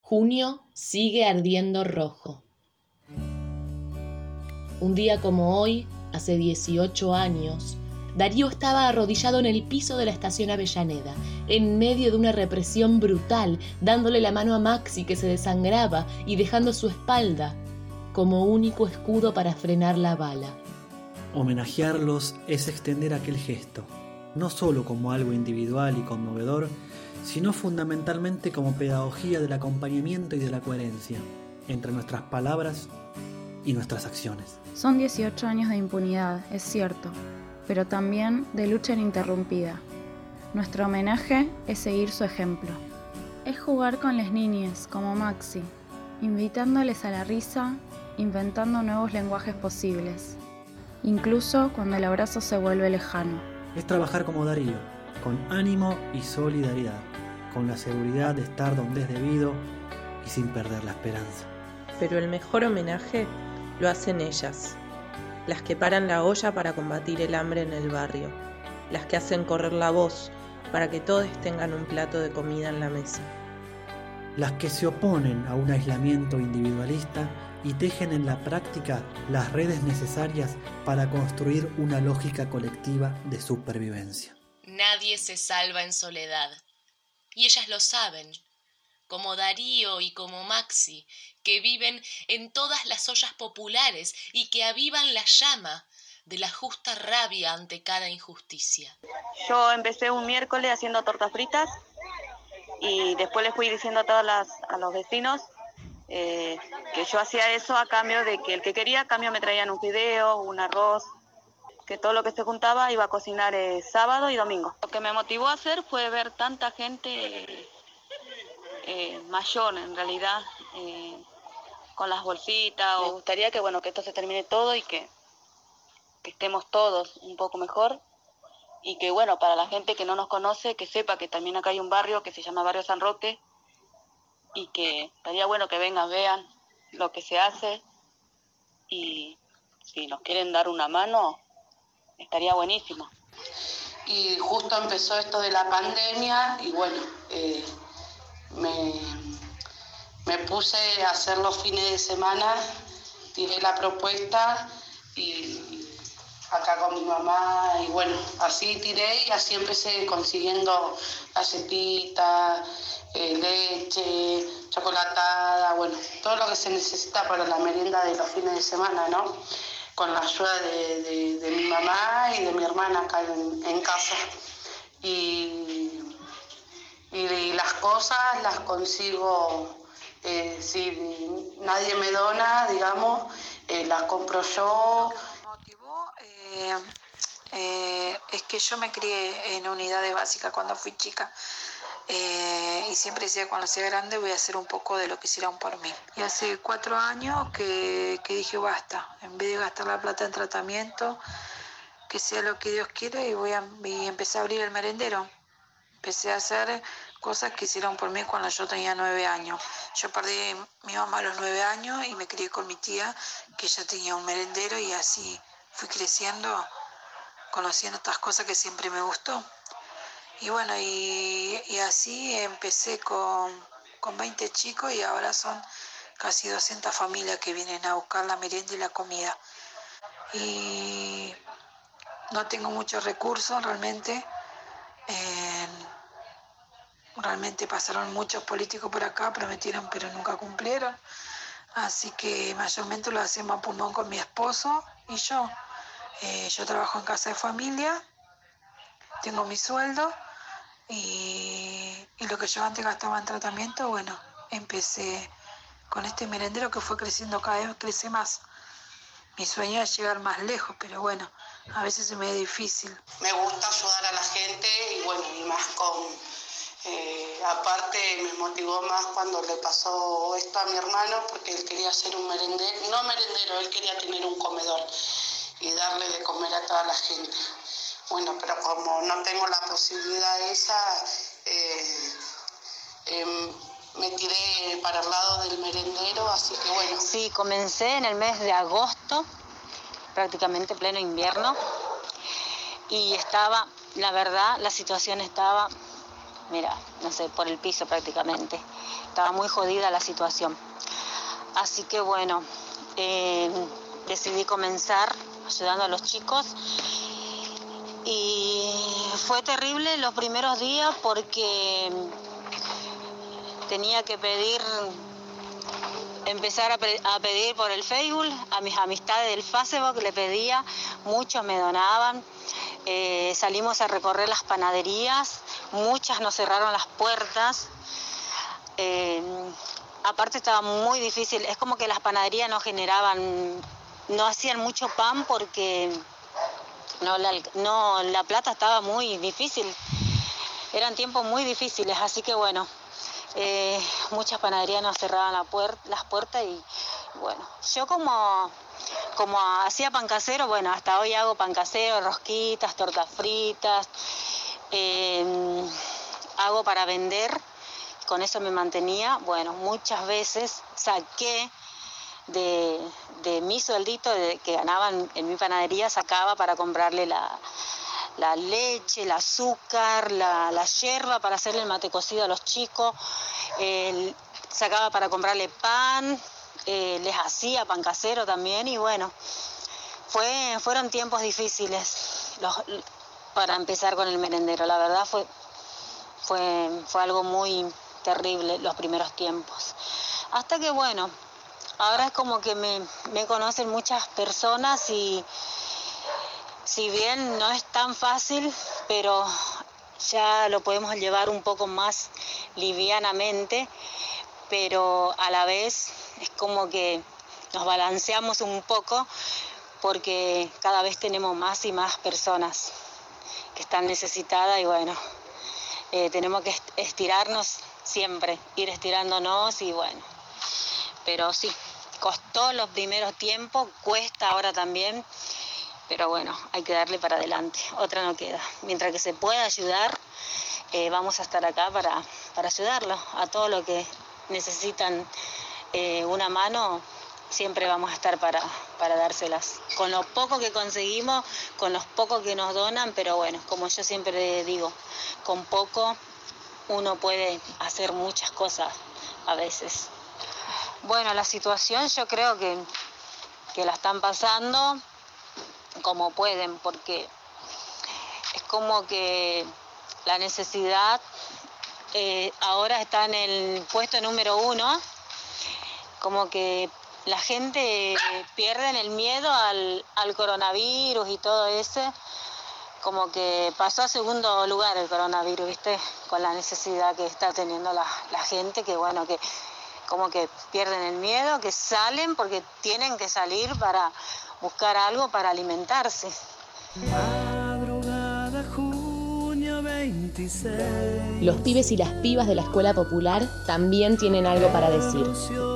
Junio sigue ardiendo rojo. Un día como hoy, hace 18 años, Darío estaba arrodillado en el piso de la estación Avellaneda, en medio de una represión brutal, dándole la mano a Maxi que se desangraba y dejando su espalda como único escudo para frenar la bala. Homenajearlos es extender aquel gesto, no solo como algo individual y conmovedor, sino fundamentalmente como pedagogía del acompañamiento y de la coherencia entre nuestras palabras y nuestras acciones. Son 18 años de impunidad, es cierto, pero también de lucha ininterrumpida. Nuestro homenaje es seguir su ejemplo. Es jugar con las niñas, como Maxi, invitándoles a la risa, inventando nuevos lenguajes posibles, incluso cuando el abrazo se vuelve lejano. Es trabajar como Darío, con ánimo y solidaridad, con la seguridad de estar donde es debido y sin perder la esperanza. Pero el mejor homenaje lo hacen ellas, las que paran la olla para combatir el hambre en el barrio, las que hacen correr la voz para que todos tengan un plato de comida en la mesa. Las que se oponen a un aislamiento individualista y tejen en la práctica las redes necesarias para construir una lógica colectiva de supervivencia. Nadie se salva en soledad, y ellas lo saben, como Darío y como Maxi, que viven en todas las ollas populares y que avivan la llama de la justa rabia ante cada injusticia. Yo empecé un miércoles haciendo tortas fritas y después les fui diciendo a los vecinos que yo hacía eso a cambio de que el que quería, a cambio me traían un fideo, un arroz, que todo lo que se juntaba iba a cocinar sábado y domingo. Lo que me motivó a hacer fue ver tanta gente mayor en realidad, con las bolsitas. Me gustaría que esto se termine todo y que estemos todos un poco mejor. Y que para la gente que no nos conoce, que sepa que también acá hay un barrio que se llama Barrio San Roque y que estaría bueno que vengan, vean lo que se hace y si nos quieren dar una mano, estaría buenísimo. Y justo empezó esto de la pandemia y me puse a hacer los fines de semana, tiré la propuesta y acá con mi mamá y así tiré y así empecé consiguiendo galletitas, leche, chocolatada, todo lo que se necesita para la merienda de los fines de semana, ¿no? Con la ayuda de mi mamá y de mi hermana acá en casa. Y las cosas las consigo, si nadie me dona, digamos, las compro yo. Es que yo me crié en unidades básicas cuando fui chica y siempre decía cuando sea grande voy a hacer un poco de lo que hicieron por mí. Y hace 4 años que dije basta, en vez de gastar la plata en tratamiento, que sea lo que Dios quiera y empecé a abrir el merendero. Empecé a hacer cosas que hicieron por mí cuando yo tenía 9 años. Yo perdí a mi mamá a los 9 años y me crié con mi tía, que ella tenía un merendero y así fui creciendo, conociendo estas cosas que siempre me gustó. Y así empecé con 20 chicos y ahora son casi 200 familias que vienen a buscar la merienda y la comida. Y no tengo muchos recursos realmente. Realmente pasaron muchos políticos por acá, prometieron pero nunca cumplieron. Así que mayormente lo hacemos a pulmón con mi esposo y yo. Yo trabajo en casa de familia, tengo mi sueldo y lo que yo antes gastaba en tratamiento, empecé con este merendero que fue creciendo, cada vez crece más. Mi sueño es llegar más lejos, pero a veces se me es difícil. Me gusta ayudar a la gente y más aparte me motivó más cuando le pasó esto a mi hermano, porque él quería hacer un merendero, no merendero, él quería tener un comedor y darle de comer a toda la gente. Pero como no tengo la posibilidad esa, me tiré para el lado del merendero, así que Sí, comencé en el mes de agosto, prácticamente pleno invierno, y la verdad, la situación estaba mira, no sé, por el piso prácticamente. Estaba muy jodida la situación. Así que bueno, decidí comenzar ayudando a los chicos. Y fue terrible los primeros días porque tenía que empezar a pedir por el Facebook, a mis amistades del Facebook le pedía, muchos me donaban. Salimos a recorrer las panaderías, muchas nos cerraron las puertas. Aparte estaba muy difícil, es como que las panaderías no hacían mucho pan porque la plata estaba muy difícil, eran tiempos muy difíciles, así que bueno, muchas panaderías nos cerraban las puertas y bueno, yo como hacía pan casero, bueno, hasta hoy hago pan casero, rosquitas, tortas fritas, hago para vender, con eso me mantenía. Bueno, muchas veces saqué de mi sueldito que ganaban en mi panadería, sacaba para comprarle la leche, el azúcar, la yerba para hacerle el mate cocido a los chicos, sacaba para comprarle pan, les hacía pan casero también y bueno, fueron tiempos difíciles para empezar con el merendero. La verdad fue algo muy terrible los primeros tiempos. Hasta que bueno, ahora es como que me conocen muchas personas y si bien no es tan fácil, pero ya lo podemos llevar un poco más livianamente, pero a la vez es como que nos balanceamos un poco porque cada vez tenemos más y más personas que están necesitadas y bueno, tenemos que estirarnos siempre, ir estirándonos y bueno, pero sí, costó los primeros tiempos, cuesta ahora también, pero bueno, hay que darle para adelante, otra no queda. Mientras que se pueda ayudar, vamos a estar acá para ayudarlos a todo lo que necesitan una mano, siempre vamos a estar para dárselas. Con lo poco que conseguimos, con los pocos que nos donan, pero bueno, como yo siempre digo, con poco uno puede hacer muchas cosas a veces. Bueno, la situación yo creo que la están pasando como pueden, porque es como que la necesidad ahora está en el puesto número 1, como que la gente pierde el miedo al coronavirus y todo eso, como que pasó a segundo lugar el coronavirus, ¿viste? Con la necesidad que está teniendo la gente, que bueno, que como que pierden el miedo, que salen porque tienen que salir para buscar algo para alimentarse. Madrugada, junio 26. Los pibes y las pibas de la escuela popular también tienen algo para decir.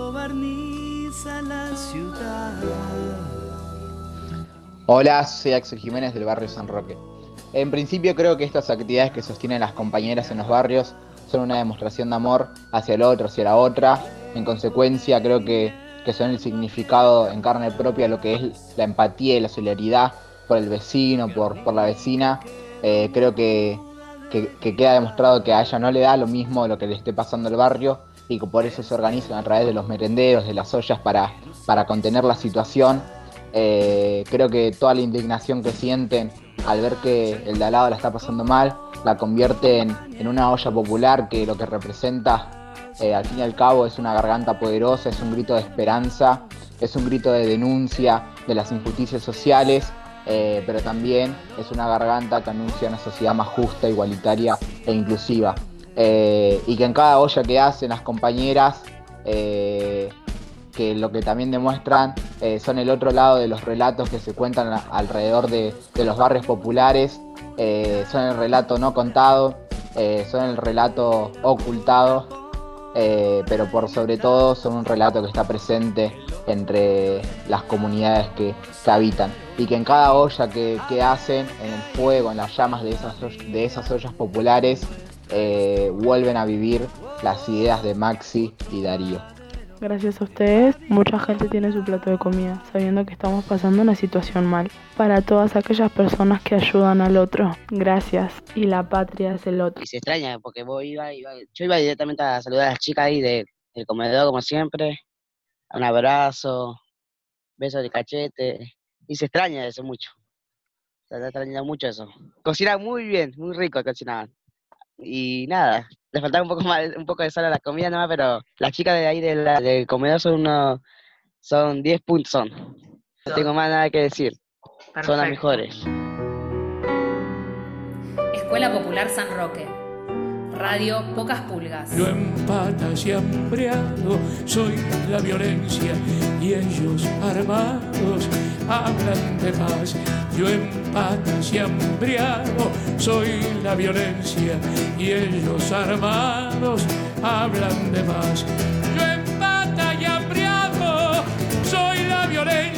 Hola, soy Axel Jiménez del barrio San Roque. En principio creo que estas actividades que sostienen las compañeras en los barrios son una demostración de amor hacia el otro, hacia la otra. En consecuencia creo que son el significado en carne propia lo que es la empatía y la solidaridad por el vecino, por la vecina. Creo que queda demostrado que a ella no le da lo mismo lo que le esté pasando al barrio y que por eso se organizan a través de los merenderos, de las ollas para contener la situación. Creo que toda la indignación que sienten al ver que el de al lado la está pasando mal, la convierten en una olla popular que lo que representa al fin y al cabo es una garganta poderosa, es un grito de esperanza, es un grito de denuncia de las injusticias sociales, pero también es una garganta que anuncia una sociedad más justa, igualitaria e inclusiva. Y que en cada olla que hacen las compañeras, que lo que también demuestran son el otro lado de los relatos que se cuentan alrededor de los barrios populares, son el relato no contado, son el relato ocultado, pero por sobre todo son un relato que está presente entre las comunidades que habitan y que en cada olla que hacen, en el fuego, en las llamas de esas ollas populares, vuelven a vivir las ideas de Maxi y Darío. Gracias a ustedes, mucha gente tiene su plato de comida, sabiendo que estamos pasando una situación mal. Para todas aquellas personas que ayudan al otro, gracias. Y la patria es el otro. Y se extraña porque yo iba directamente a saludar a las chicas ahí del comedor, como siempre. Un abrazo, besos de cachete. Y se extraña eso mucho. Se está extrañando mucho eso. Cocinan muy bien, muy rico cocinaban. Y nada, le faltaba un poco de sal a la comida nomás, pero las chicas de ahí del comedor son 10 puntos. No tengo más nada que decir. Perfecto. Son las mejores. Escuela Popular San Roque. Radio Pocas Pulgas. Yo en patas y hambriado soy la violencia y ellos armados hablan de paz. Yo en patas y hambriado soy la violencia y ellos armados hablan de paz. Yo en patas y hambriado soy la violencia